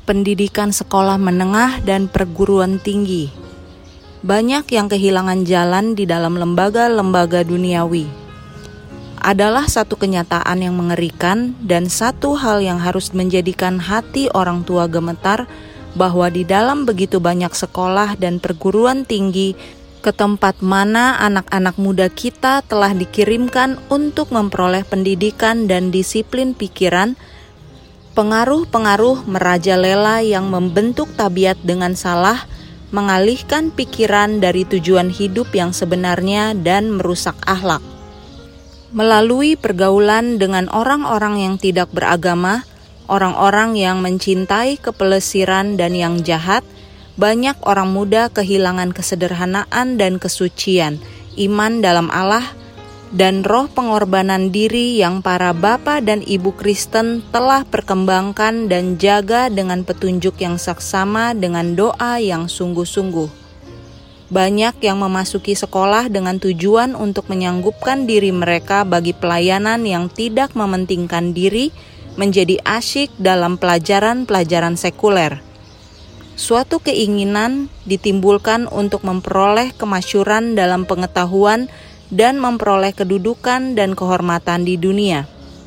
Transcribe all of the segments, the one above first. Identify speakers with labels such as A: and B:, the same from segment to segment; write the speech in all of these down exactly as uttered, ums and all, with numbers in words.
A: pendidikan sekolah menengah dan perguruan tinggi. Banyak yang kehilangan jalan di dalam lembaga-lembaga duniawi. Adalah satu kenyataan yang mengerikan dan satu hal yang harus menjadikan hati orang tua gemetar bahwa di dalam begitu banyak sekolah dan perguruan tinggi ke tempat mana anak-anak muda kita telah dikirimkan untuk memperoleh pendidikan dan disiplin pikiran, pengaruh-pengaruh merajalela yang membentuk tabiat dengan salah, mengalihkan pikiran dari tujuan hidup yang sebenarnya dan merusak akhlak. Melalui pergaulan dengan orang-orang yang tidak beragama, orang-orang yang mencintai kepelesiran dan yang jahat, banyak orang muda kehilangan kesederhanaan dan kesucian, iman dalam Allah, dan roh pengorbanan diri yang para bapa dan ibu Kristen telah perkembangkan dan jaga dengan petunjuk yang saksama dengan doa yang sungguh-sungguh. Banyak yang memasuki sekolah dengan tujuan untuk menyanggupkan diri mereka bagi pelayanan yang tidak mementingkan diri, menjadi asyik dalam pelajaran-pelajaran sekuler. Suatu keinginan ditimbulkan untuk memperoleh kemasyhuran dalam pengetahuan dan memperoleh kedudukan dan kehormatan di dunia.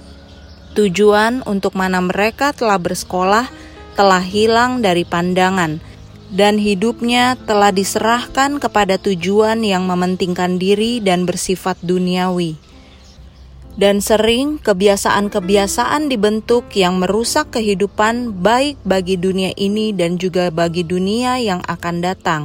A: Tujuan untuk mana mereka telah bersekolah telah hilang dari pandangan, dan hidupnya telah diserahkan kepada tujuan yang mementingkan diri dan bersifat duniawi. Dan sering kebiasaan-kebiasaan dibentuk yang merusak kehidupan baik bagi dunia ini dan juga bagi dunia yang akan datang.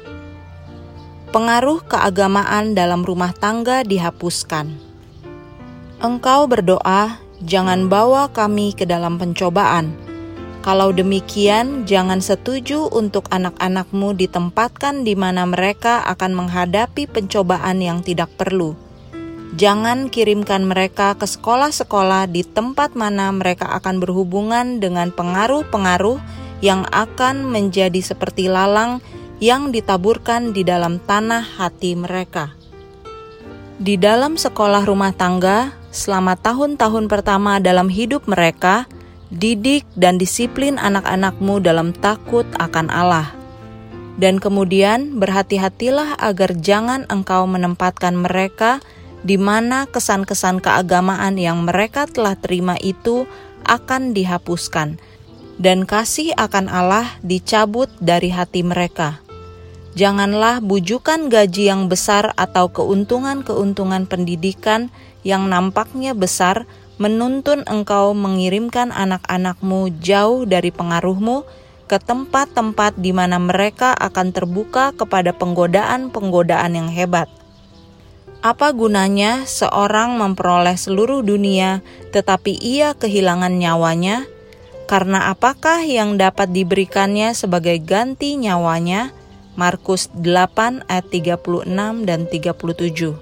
A: Pengaruh keagamaan dalam rumah tangga dihapuskan. Engkau berdoa, jangan bawa kami ke dalam pencobaan. Kalau demikian, jangan setuju untuk anak-anakmu ditempatkan di mana mereka akan menghadapi pencobaan yang tidak perlu. Jangan kirimkan mereka ke sekolah-sekolah di tempat mana mereka akan berhubungan dengan pengaruh-pengaruh yang akan menjadi seperti lalang yang ditaburkan di dalam tanah hati mereka. Di dalam sekolah rumah tangga, selama tahun-tahun pertama dalam hidup mereka, didik dan disiplin anak-anakmu dalam takut akan Allah. Dan kemudian berhati-hatilah agar jangan engkau menempatkan mereka di mana kesan-kesan keagamaan yang mereka telah terima itu akan dihapuskan, dan kasih akan Allah dicabut dari hati mereka. Janganlah bujukan gaji yang besar atau keuntungan-keuntungan pendidikan yang nampaknya besar menuntun engkau mengirimkan anak-anakmu jauh dari pengaruhmu ke tempat-tempat di mana mereka akan terbuka kepada penggodaan-penggodaan yang hebat. Apa gunanya seorang memperoleh seluruh dunia tetapi ia kehilangan nyawanya? Karena apakah yang dapat diberikannya sebagai ganti nyawanya? Markus delapan ayat tiga puluh enam dan tiga puluh tujuh.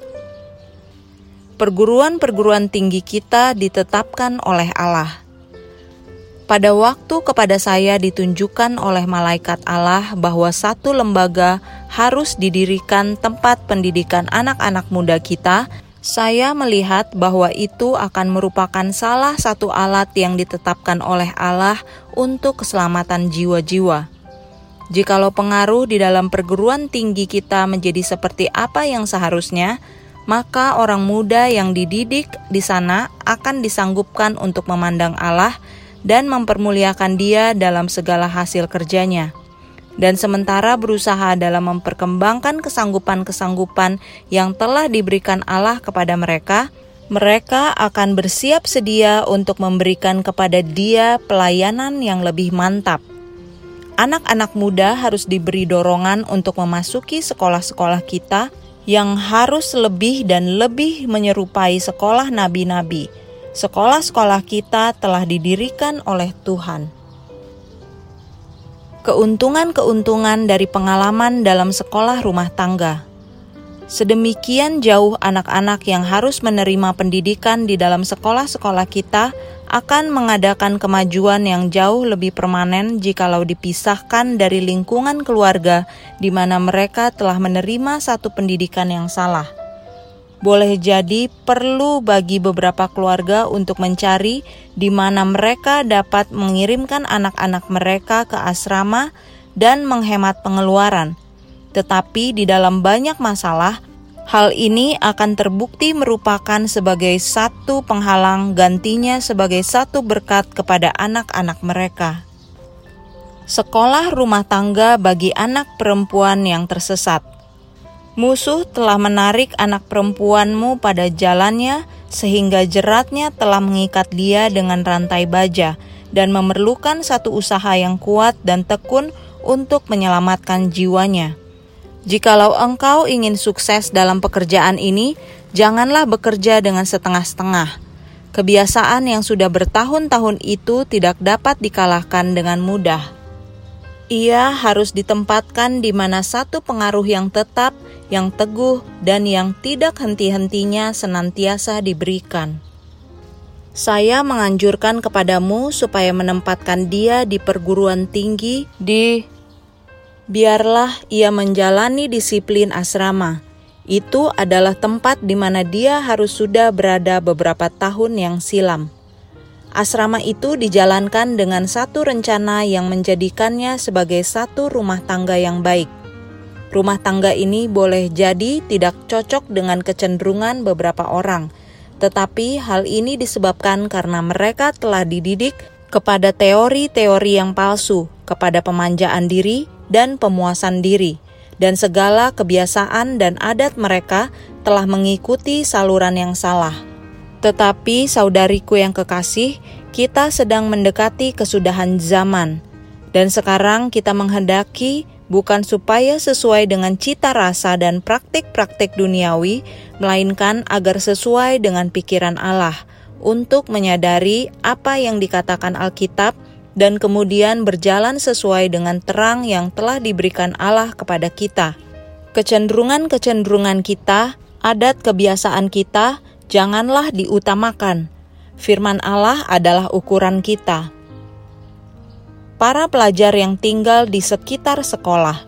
A: Perguruan-perguruan tinggi kita ditetapkan oleh Allah. Pada waktu kepada saya ditunjukkan oleh malaikat Allah bahwa satu lembaga harus didirikan tempat pendidikan anak-anak muda kita, saya melihat bahwa itu akan merupakan salah satu alat yang ditetapkan oleh Allah untuk keselamatan jiwa-jiwa. Jikalau pengaruh di dalam perguruan tinggi kita menjadi seperti apa yang seharusnya, maka orang muda yang dididik di sana akan disanggupkan untuk memandang Allah dan mempermuliakan Dia dalam segala hasil kerjanya. Dan sementara berusaha dalam memperkembangkan kesanggupan-kesanggupan yang telah diberikan Allah kepada mereka, mereka akan bersiap sedia untuk memberikan kepada Dia pelayanan yang lebih mantap. Anak-anak muda harus diberi dorongan untuk memasuki sekolah-sekolah kita yang harus lebih dan lebih menyerupai sekolah nabi-nabi. Sekolah-sekolah kita telah didirikan oleh Tuhan. Keuntungan-keuntungan dari pengalaman dalam sekolah rumah tangga. Sedemikian jauh anak-anak yang harus menerima pendidikan di dalam sekolah-sekolah kita akan mengadakan kemajuan yang jauh lebih permanen jikalau dipisahkan dari lingkungan keluarga di mana mereka telah menerima satu pendidikan yang salah. boleh jadi perlu bagi beberapa keluarga untuk mencari di mana mereka dapat mengirimkan anak-anak mereka ke asrama dan menghemat pengeluaran. Tetapi di dalam banyak masalah, hal ini akan terbukti merupakan sebagai satu penghalang, gantinya sebagai satu berkat kepada anak-anak mereka. Sekolah rumah tangga bagi anak perempuan yang tersesat. Musuh telah menarik anak perempuanmu pada jalannya, sehingga jeratnya telah mengikat dia dengan rantai baja, dan memerlukan satu usaha yang kuat dan tekun untuk menyelamatkan jiwanya. Jikalau engkau ingin sukses dalam pekerjaan ini, janganlah bekerja dengan setengah-setengah. Kebiasaan yang sudah bertahun-tahun itu tidak dapat dikalahkan dengan mudah. Ia harus ditempatkan di mana satu pengaruh yang tetap, yang teguh, dan yang tidak henti-hentinya senantiasa diberikan. Saya menganjurkan kepadamu supaya menempatkan dia di perguruan tinggi, di biarlah ia menjalani disiplin asrama. Itu adalah tempat di mana dia harus sudah berada beberapa tahun yang silam. Asrama itu dijalankan dengan satu rencana yang menjadikannya sebagai satu rumah tangga yang baik. Rumah tangga ini boleh jadi tidak cocok dengan kecenderungan beberapa orang, tetapi hal ini disebabkan karena mereka telah dididik kepada teori-teori yang palsu, kepada pemanjaan diri dan pemuasan diri, dan segala kebiasaan dan adat mereka telah mengikuti saluran yang salah. Tetapi saudariku yang kekasih, kita sedang mendekati kesudahan zaman, dan sekarang kita menghendaki bukan supaya sesuai dengan cita rasa dan praktik-praktik duniawi, melainkan agar sesuai dengan pikiran Allah, untuk menyadari apa yang dikatakan Alkitab, dan kemudian berjalan sesuai dengan terang yang telah diberikan Allah kepada kita. Kecenderungan-kecenderungan kita, adat kebiasaan kita, janganlah diutamakan. Firman Allah adalah ukuran kita. Para pelajar yang tinggal di sekitar sekolah.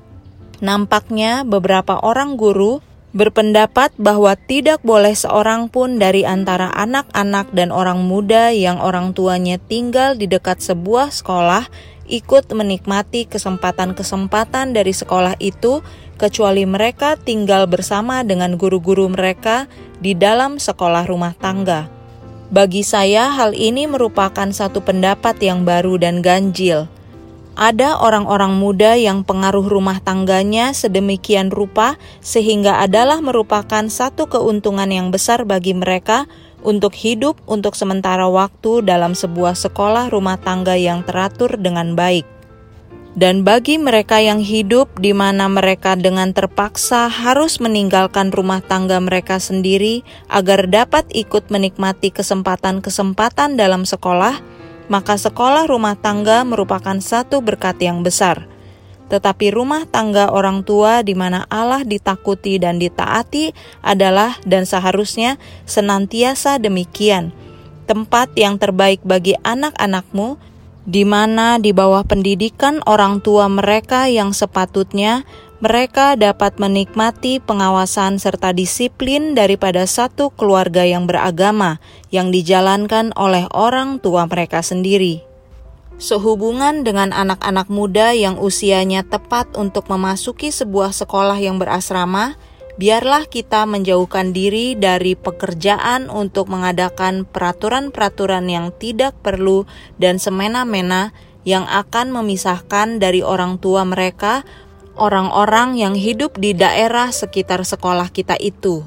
A: Nampaknya beberapa orang guru berpendapat bahwa tidak boleh seorang pun dari antara anak-anak dan orang muda yang orang tuanya tinggal di dekat sebuah sekolah ikut menikmati kesempatan-kesempatan dari sekolah itu, kecuali mereka tinggal bersama dengan guru-guru mereka di dalam sekolah rumah tangga. Bagi saya, hal ini merupakan satu pendapat yang baru dan ganjil. Ada orang-orang muda yang pengaruh rumah tangganya sedemikian rupa sehingga adalah merupakan satu keuntungan yang besar bagi mereka untuk hidup untuk sementara waktu dalam sebuah sekolah rumah tangga yang teratur dengan baik. Dan bagi mereka yang hidup di mana mereka dengan terpaksa harus meninggalkan rumah tangga mereka sendiri agar dapat ikut menikmati kesempatan-kesempatan dalam sekolah, maka sekolah rumah tangga merupakan satu berkat yang besar. Tetapi rumah tangga orang tua di mana Allah ditakuti dan ditaati adalah dan seharusnya senantiasa demikian. Tempat yang terbaik bagi anak-anakmu, di mana di bawah pendidikan orang tua mereka yang sepatutnya, mereka dapat menikmati pengawasan serta disiplin daripada satu keluarga yang beragama yang dijalankan oleh orang tua mereka sendiri. Sehubungan dengan anak-anak muda yang usianya tepat untuk memasuki sebuah sekolah yang berasrama, biarlah kita menjauhkan diri dari pekerjaan untuk mengadakan peraturan-peraturan yang tidak perlu dan semena-mena yang akan memisahkan dari orang tua mereka, orang-orang yang hidup di daerah sekitar sekolah kita itu.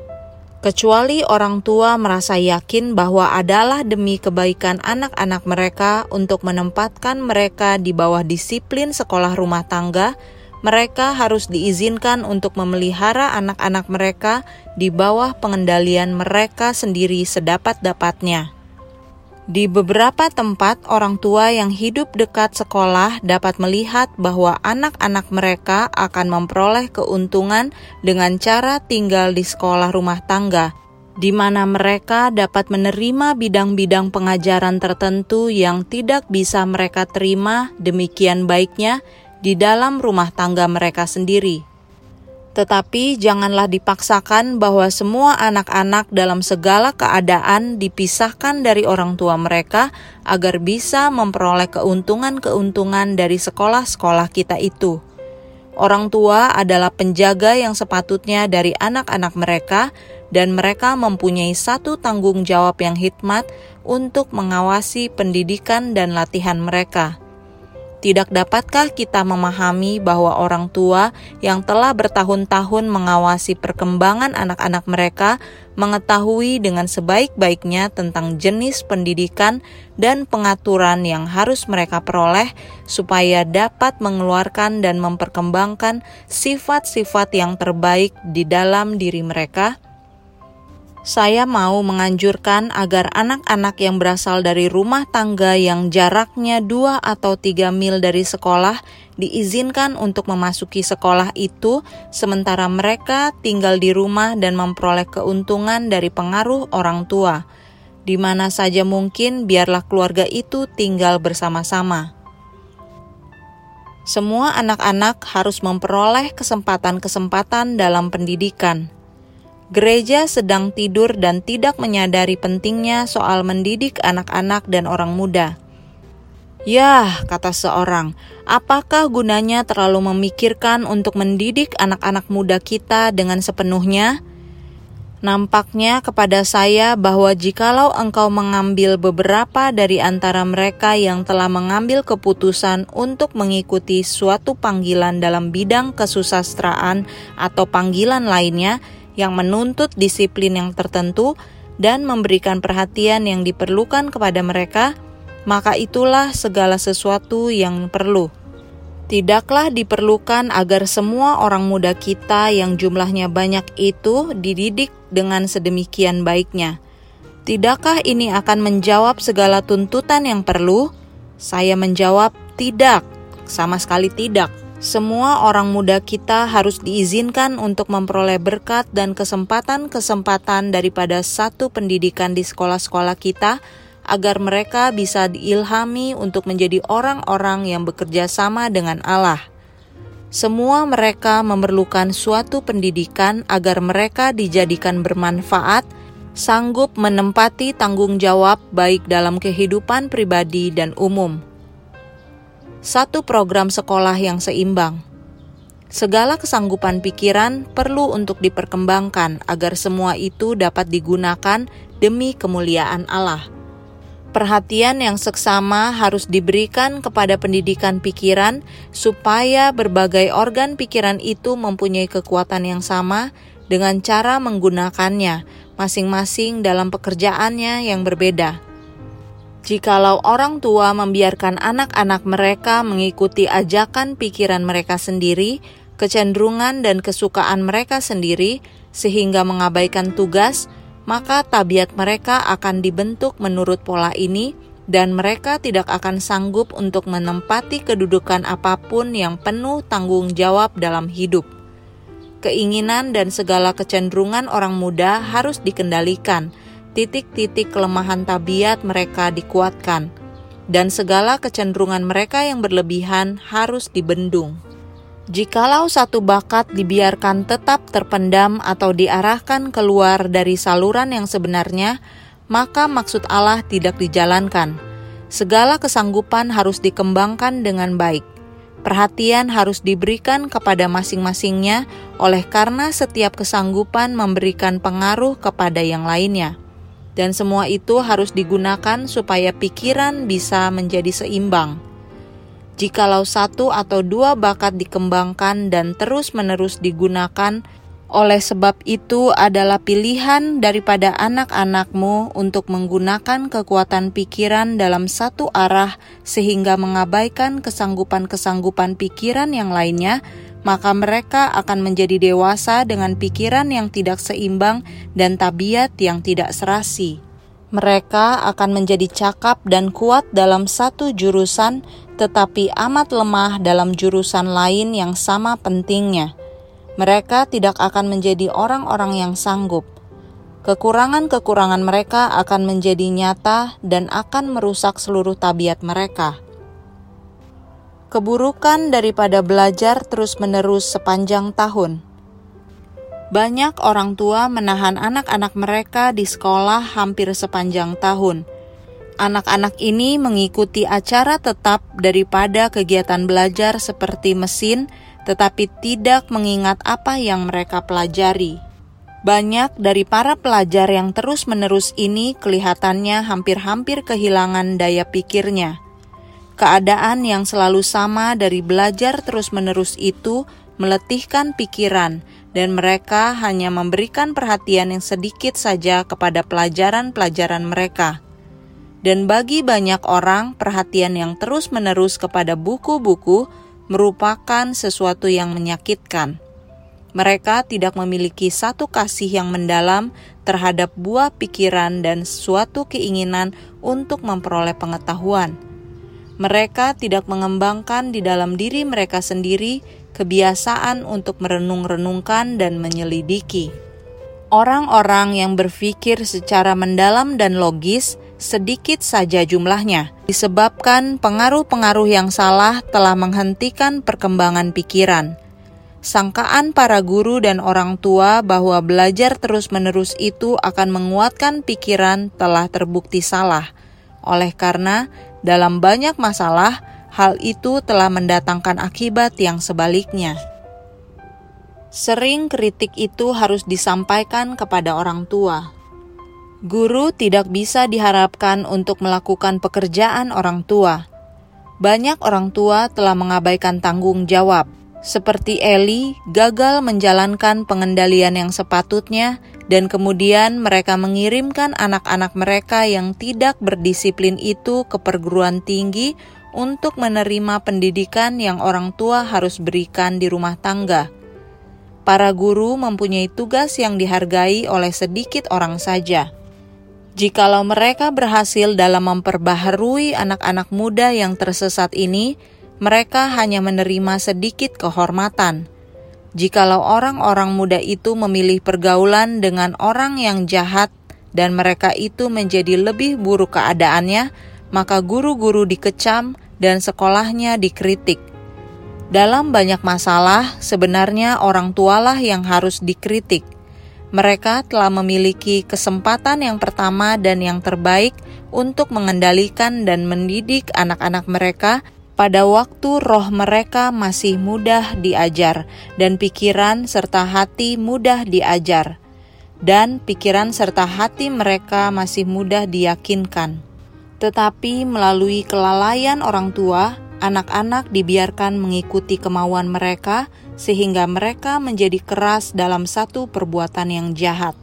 A: Kecuali orang tua merasa yakin bahwa adalah demi kebaikan anak-anak mereka untuk menempatkan mereka di bawah disiplin sekolah rumah tangga, mereka harus diizinkan untuk memelihara anak-anak mereka di bawah pengendalian mereka sendiri sedapat-dapatnya. Di beberapa tempat, orang tua yang hidup dekat sekolah dapat melihat bahwa anak-anak mereka akan memperoleh keuntungan dengan cara tinggal di sekolah rumah tangga, di mana mereka dapat menerima bidang-bidang pengajaran tertentu yang tidak bisa mereka terima demikian baiknya di dalam rumah tangga mereka sendiri. Tetapi janganlah dipaksakan bahwa semua anak-anak dalam segala keadaan dipisahkan dari orang tua mereka agar bisa memperoleh keuntungan-keuntungan dari sekolah-sekolah kita itu. Orang tua adalah penjaga yang sepatutnya dari anak-anak mereka, dan mereka mempunyai satu tanggung jawab yang hikmat untuk mengawasi pendidikan dan latihan mereka. Tidak dapatkah kita memahami bahwa orang tua yang telah bertahun-tahun mengawasi perkembangan anak-anak mereka mengetahui dengan sebaik-baiknya tentang jenis pendidikan dan pengaturan yang harus mereka peroleh supaya dapat mengeluarkan dan memperkembangkan sifat-sifat yang terbaik di dalam diri mereka? Saya mau menganjurkan agar anak-anak yang berasal dari rumah tangga yang jaraknya dua atau tiga mil dari sekolah diizinkan untuk memasuki sekolah itu sementara mereka tinggal di rumah dan memperoleh keuntungan dari pengaruh orang tua. Di mana saja mungkin biarlah keluarga itu tinggal bersama-sama. Semua anak-anak harus memperoleh kesempatan-kesempatan dalam pendidikan. Gereja sedang tidur dan tidak menyadari pentingnya soal mendidik anak-anak dan orang muda. Yah, kata seorang, apakah gunanya terlalu memikirkan untuk mendidik anak-anak muda kita dengan sepenuhnya? Nampaknya kepada saya bahwa jikalau engkau mengambil beberapa dari antara mereka yang telah mengambil keputusan untuk mengikuti suatu panggilan dalam bidang kesusastraan atau panggilan lainnya, yang menuntut disiplin yang tertentu dan memberikan perhatian yang diperlukan kepada mereka, maka itulah segala sesuatu yang perlu. Tidaklah diperlukan agar semua orang muda kita yang jumlahnya banyak itu dididik dengan sedemikian baiknya. Tidakkah ini akan menjawab segala tuntutan yang perlu? Saya menjawab tidak, sama sekali tidak. Semua orang muda kita harus diizinkan untuk memperoleh berkat dan kesempatan-kesempatan daripada satu pendidikan di sekolah-sekolah kita, agar mereka bisa diilhami untuk menjadi orang-orang yang bekerja sama dengan Allah. Semua mereka memerlukan suatu pendidikan agar mereka dijadikan bermanfaat, sanggup menempati tanggung jawab baik dalam kehidupan pribadi dan umum. Satu program sekolah yang seimbang. Segala kesanggupan pikiran perlu untuk diperkembangkan agar semua itu dapat digunakan demi kemuliaan Allah. Perhatian yang seksama harus diberikan kepada pendidikan pikiran supaya berbagai organ pikiran itu mempunyai kekuatan yang sama dengan cara menggunakannya masing-masing dalam pekerjaannya yang berbeda. Jikalau orang tua membiarkan anak-anak mereka mengikuti ajakan pikiran mereka sendiri, kecenderungan dan kesukaan mereka sendiri, sehingga mengabaikan tugas, maka tabiat mereka akan dibentuk menurut pola ini, dan mereka tidak akan sanggup untuk menempati kedudukan apapun yang penuh tanggung jawab dalam hidup. Keinginan dan segala kecenderungan orang muda harus dikendalikan, titik-titik kelemahan tabiat mereka dikuatkan, dan segala kecenderungan mereka yang berlebihan harus dibendung. Jikalau satu bakat dibiarkan tetap terpendam atau diarahkan keluar dari saluran yang sebenarnya, maka maksud Allah tidak dijalankan. Segala kesanggupan harus dikembangkan dengan baik. Perhatian harus diberikan kepada masing-masingnya oleh karena setiap kesanggupan memberikan pengaruh kepada yang lainnya. Dan semua itu harus digunakan supaya pikiran bisa menjadi seimbang. Jikalau satu atau dua bakat dikembangkan dan terus-menerus digunakan, oleh sebab itu adalah pilihan daripada anak-anakmu untuk menggunakan kekuatan pikiran dalam satu arah sehingga mengabaikan kesanggupan-kesanggupan pikiran yang lainnya, maka mereka akan menjadi dewasa dengan pikiran yang tidak seimbang dan tabiat yang tidak serasi. Mereka akan menjadi cakap dan kuat dalam satu jurusan, tetapi amat lemah dalam jurusan lain yang sama pentingnya. Mereka tidak akan menjadi orang-orang yang sanggup. Kekurangan-kekurangan mereka akan menjadi nyata dan akan merusak seluruh tabiat mereka. Keburukan daripada belajar terus-menerus sepanjang tahun. Banyak orang tua menahan anak-anak mereka di sekolah hampir sepanjang tahun. Anak-anak ini mengikuti acara tetap daripada kegiatan belajar seperti mesin, tetapi tidak mengingat apa yang mereka pelajari. Banyak dari para pelajar yang terus-menerus ini kelihatannya hampir-hampir kehilangan daya pikirnya. Keadaan yang selalu sama dari belajar terus-menerus itu meletihkan pikiran, dan mereka hanya memberikan perhatian yang sedikit saja kepada pelajaran-pelajaran mereka. Dan bagi banyak orang, perhatian yang terus-menerus kepada buku-buku merupakan sesuatu yang menyakitkan. Mereka tidak memiliki satu kasih yang mendalam terhadap buah pikiran dan suatu keinginan untuk memperoleh pengetahuan. Mereka tidak mengembangkan di dalam diri mereka sendiri kebiasaan untuk merenung-renungkan dan menyelidiki. Orang-orang yang berpikir secara mendalam dan logis sedikit saja jumlahnya, disebabkan pengaruh-pengaruh yang salah telah menghentikan perkembangan pikiran. Sangkaan para guru dan orang tua bahwa belajar terus-menerus itu akan menguatkan pikiran telah terbukti salah. Oleh karena dalam banyak masalah, hal itu telah mendatangkan akibat yang sebaliknya. Sering kritik itu harus disampaikan kepada orang tua. Guru tidak bisa diharapkan untuk melakukan pekerjaan orang tua. Banyak orang tua telah mengabaikan tanggung jawab. Seperti Eli, gagal menjalankan pengendalian yang sepatutnya, dan kemudian mereka mengirimkan anak-anak mereka yang tidak berdisiplin itu ke perguruan tinggi untuk menerima pendidikan yang orang tua harus berikan di rumah tangga. Para guru mempunyai tugas yang dihargai oleh sedikit orang saja. Jikalau mereka berhasil dalam memperbaharui anak-anak muda yang tersesat ini, mereka hanya menerima sedikit kehormatan. Jikalau orang-orang muda itu memilih pergaulan dengan orang yang jahat dan mereka itu menjadi lebih buruk keadaannya, maka guru-guru dikecam dan sekolahnya dikritik. Dalam banyak masalah, sebenarnya orang tualah yang harus dikritik. Mereka telah memiliki kesempatan yang pertama dan yang terbaik untuk mengendalikan dan mendidik anak-anak mereka pada waktu roh mereka masih mudah diajar dan pikiran serta hati mudah diajar, dan pikiran serta hati mereka masih mudah diyakinkan. Tetapi melalui kelalaian orang tua, anak-anak dibiarkan mengikuti kemauan mereka sehingga mereka menjadi keras dalam satu perbuatan yang jahat.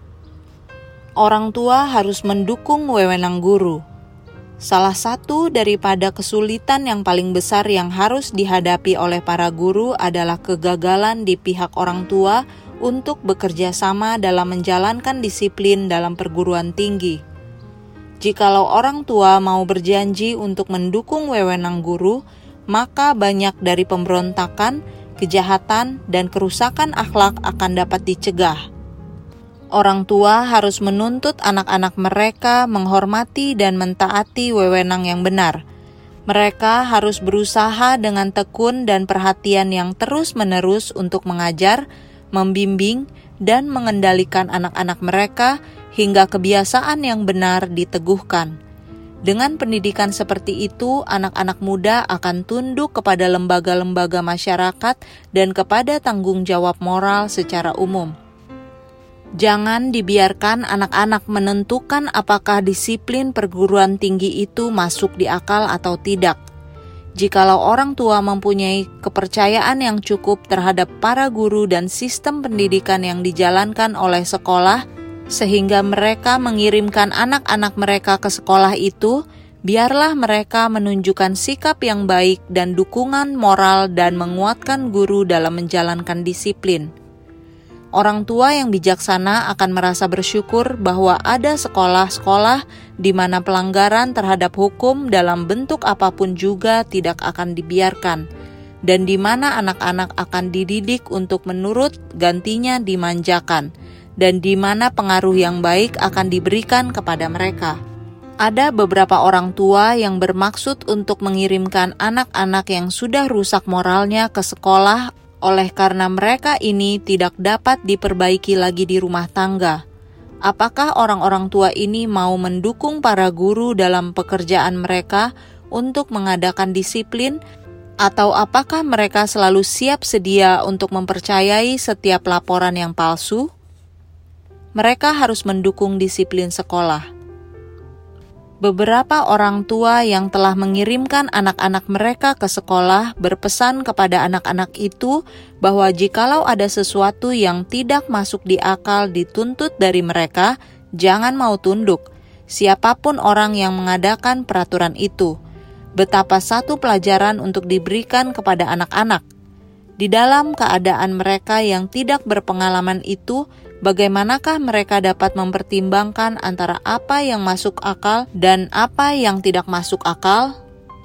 A: Orang tua harus mendukung wewenang guru. Salah satu daripada kesulitan yang paling besar yang harus dihadapi oleh para guru adalah kegagalan di pihak orang tua untuk bekerja sama dalam menjalankan disiplin dalam perguruan tinggi. Jikalau orang tua mau berjanji untuk mendukung wewenang guru, maka banyak dari pemberontakan, kejahatan, dan kerusakan akhlak akan dapat dicegah. Orang tua harus menuntut anak-anak mereka menghormati dan mentaati wewenang yang benar. Mereka harus berusaha dengan tekun dan perhatian yang terus-menerus untuk mengajar, membimbing, dan mengendalikan anak-anak mereka hingga kebiasaan yang benar diteguhkan. Dengan pendidikan seperti itu, anak-anak muda akan tunduk kepada lembaga-lembaga masyarakat dan kepada tanggung jawab moral secara umum. Jangan dibiarkan anak-anak menentukan apakah disiplin perguruan tinggi itu masuk di akal atau tidak. Jikalau orang tua mempunyai kepercayaan yang cukup terhadap para guru dan sistem pendidikan yang dijalankan oleh sekolah, sehingga mereka mengirimkan anak-anak mereka ke sekolah itu, biarlah mereka menunjukkan sikap yang baik dan dukungan moral dan menguatkan guru dalam menjalankan disiplin. Orang tua yang bijaksana akan merasa bersyukur bahwa ada sekolah-sekolah di mana pelanggaran terhadap hukum dalam bentuk apapun juga tidak akan dibiarkan, dan di mana anak-anak akan dididik untuk menurut, gantinya dimanjakan, dan di mana pengaruh yang baik akan diberikan kepada mereka. Ada beberapa orang tua yang bermaksud untuk mengirimkan anak-anak yang sudah rusak moralnya ke sekolah oleh karena mereka ini tidak dapat diperbaiki lagi di rumah tangga. Apakah orang-orang tua ini mau mendukung para guru dalam pekerjaan mereka untuk mengadakan disiplin, atau apakah mereka selalu siap sedia untuk mempercayai setiap laporan yang palsu? Mereka harus mendukung disiplin sekolah. Beberapa orang tua yang telah mengirimkan anak-anak mereka ke sekolah berpesan kepada anak-anak itu bahwa jikalau ada sesuatu yang tidak masuk di akal dituntut dari mereka, jangan mau tunduk, siapapun orang yang mengadakan peraturan itu. Betapa satu pelajaran untuk diberikan kepada anak-anak. Di dalam keadaan mereka yang tidak berpengalaman itu, bagaimanakah mereka dapat mempertimbangkan antara apa yang masuk akal dan apa yang tidak masuk akal?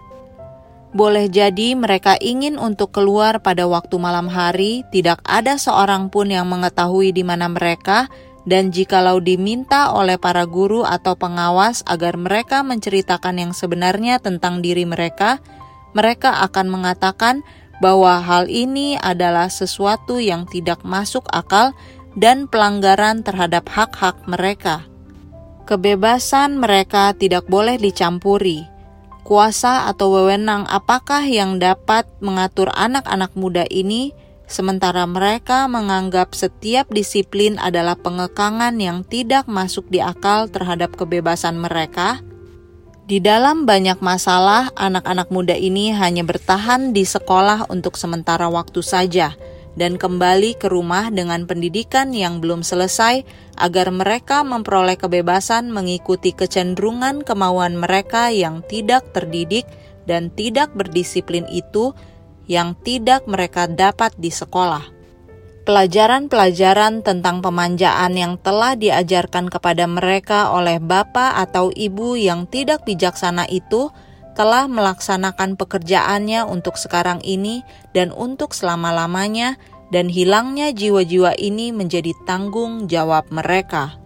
A: Boleh jadi mereka ingin untuk keluar pada waktu malam hari, tidak ada seorang pun yang mengetahui di mana mereka, dan jikalau diminta oleh para guru atau pengawas agar mereka menceritakan yang sebenarnya tentang diri mereka, mereka akan mengatakan bahwa hal ini adalah sesuatu yang tidak masuk akal dan pelanggaran terhadap hak-hak mereka. Kebebasan mereka tidak boleh dicampuri. Kuasa atau wewenang apakah yang dapat mengatur anak-anak muda ini, sementara mereka menganggap setiap disiplin adalah pengekangan yang tidak masuk di akal terhadap kebebasan mereka? Di dalam banyak masalah, anak-anak muda ini hanya bertahan di sekolah untuk sementara waktu saja, dan kembali ke rumah dengan pendidikan yang belum selesai agar mereka memperoleh kebebasan mengikuti kecenderungan kemauan mereka yang tidak terdidik dan tidak berdisiplin itu yang tidak mereka dapat di sekolah. Pelajaran-pelajaran tentang pemanjaan yang telah diajarkan kepada mereka oleh bapak atau ibu yang tidak bijaksana itu telah melaksanakan pekerjaannya untuk sekarang ini dan untuk selama-lamanya, dan hilangnya jiwa-jiwa ini menjadi tanggung jawab mereka.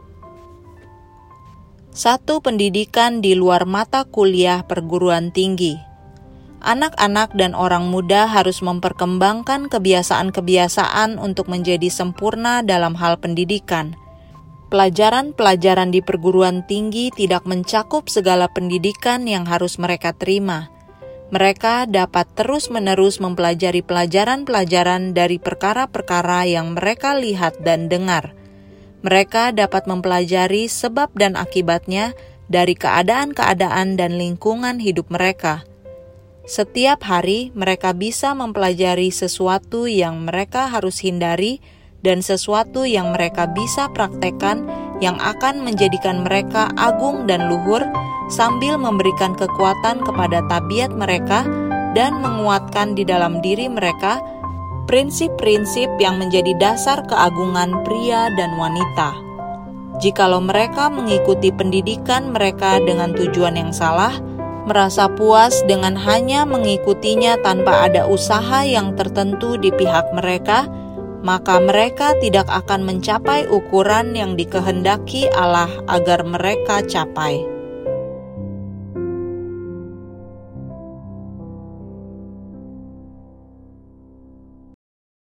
A: Satu, pendidikan di luar mata kuliah perguruan tinggi. Anak-anak dan orang muda harus memperkembangkan kebiasaan-kebiasaan untuk menjadi sempurna dalam hal pendidikan. Pelajaran-pelajaran di perguruan tinggi tidak mencakup segala pendidikan yang harus mereka terima. Mereka dapat terus-menerus mempelajari pelajaran-pelajaran dari perkara-perkara yang mereka lihat dan dengar. Mereka dapat mempelajari sebab dan akibatnya dari keadaan-keadaan dan lingkungan hidup mereka. Setiap hari mereka bisa mempelajari sesuatu yang mereka harus hindari dan sesuatu yang mereka bisa praktekkan yang akan menjadikan mereka agung dan luhur, sambil memberikan kekuatan kepada tabiat mereka dan menguatkan di dalam diri mereka prinsip-prinsip yang menjadi dasar keagungan pria dan wanita. Jikalau mereka mengikuti pendidikan mereka dengan tujuan yang salah, merasa puas dengan hanya mengikutinya tanpa ada usaha yang tertentu di pihak mereka, maka mereka tidak akan mencapai ukuran yang dikehendaki Allah agar mereka capai.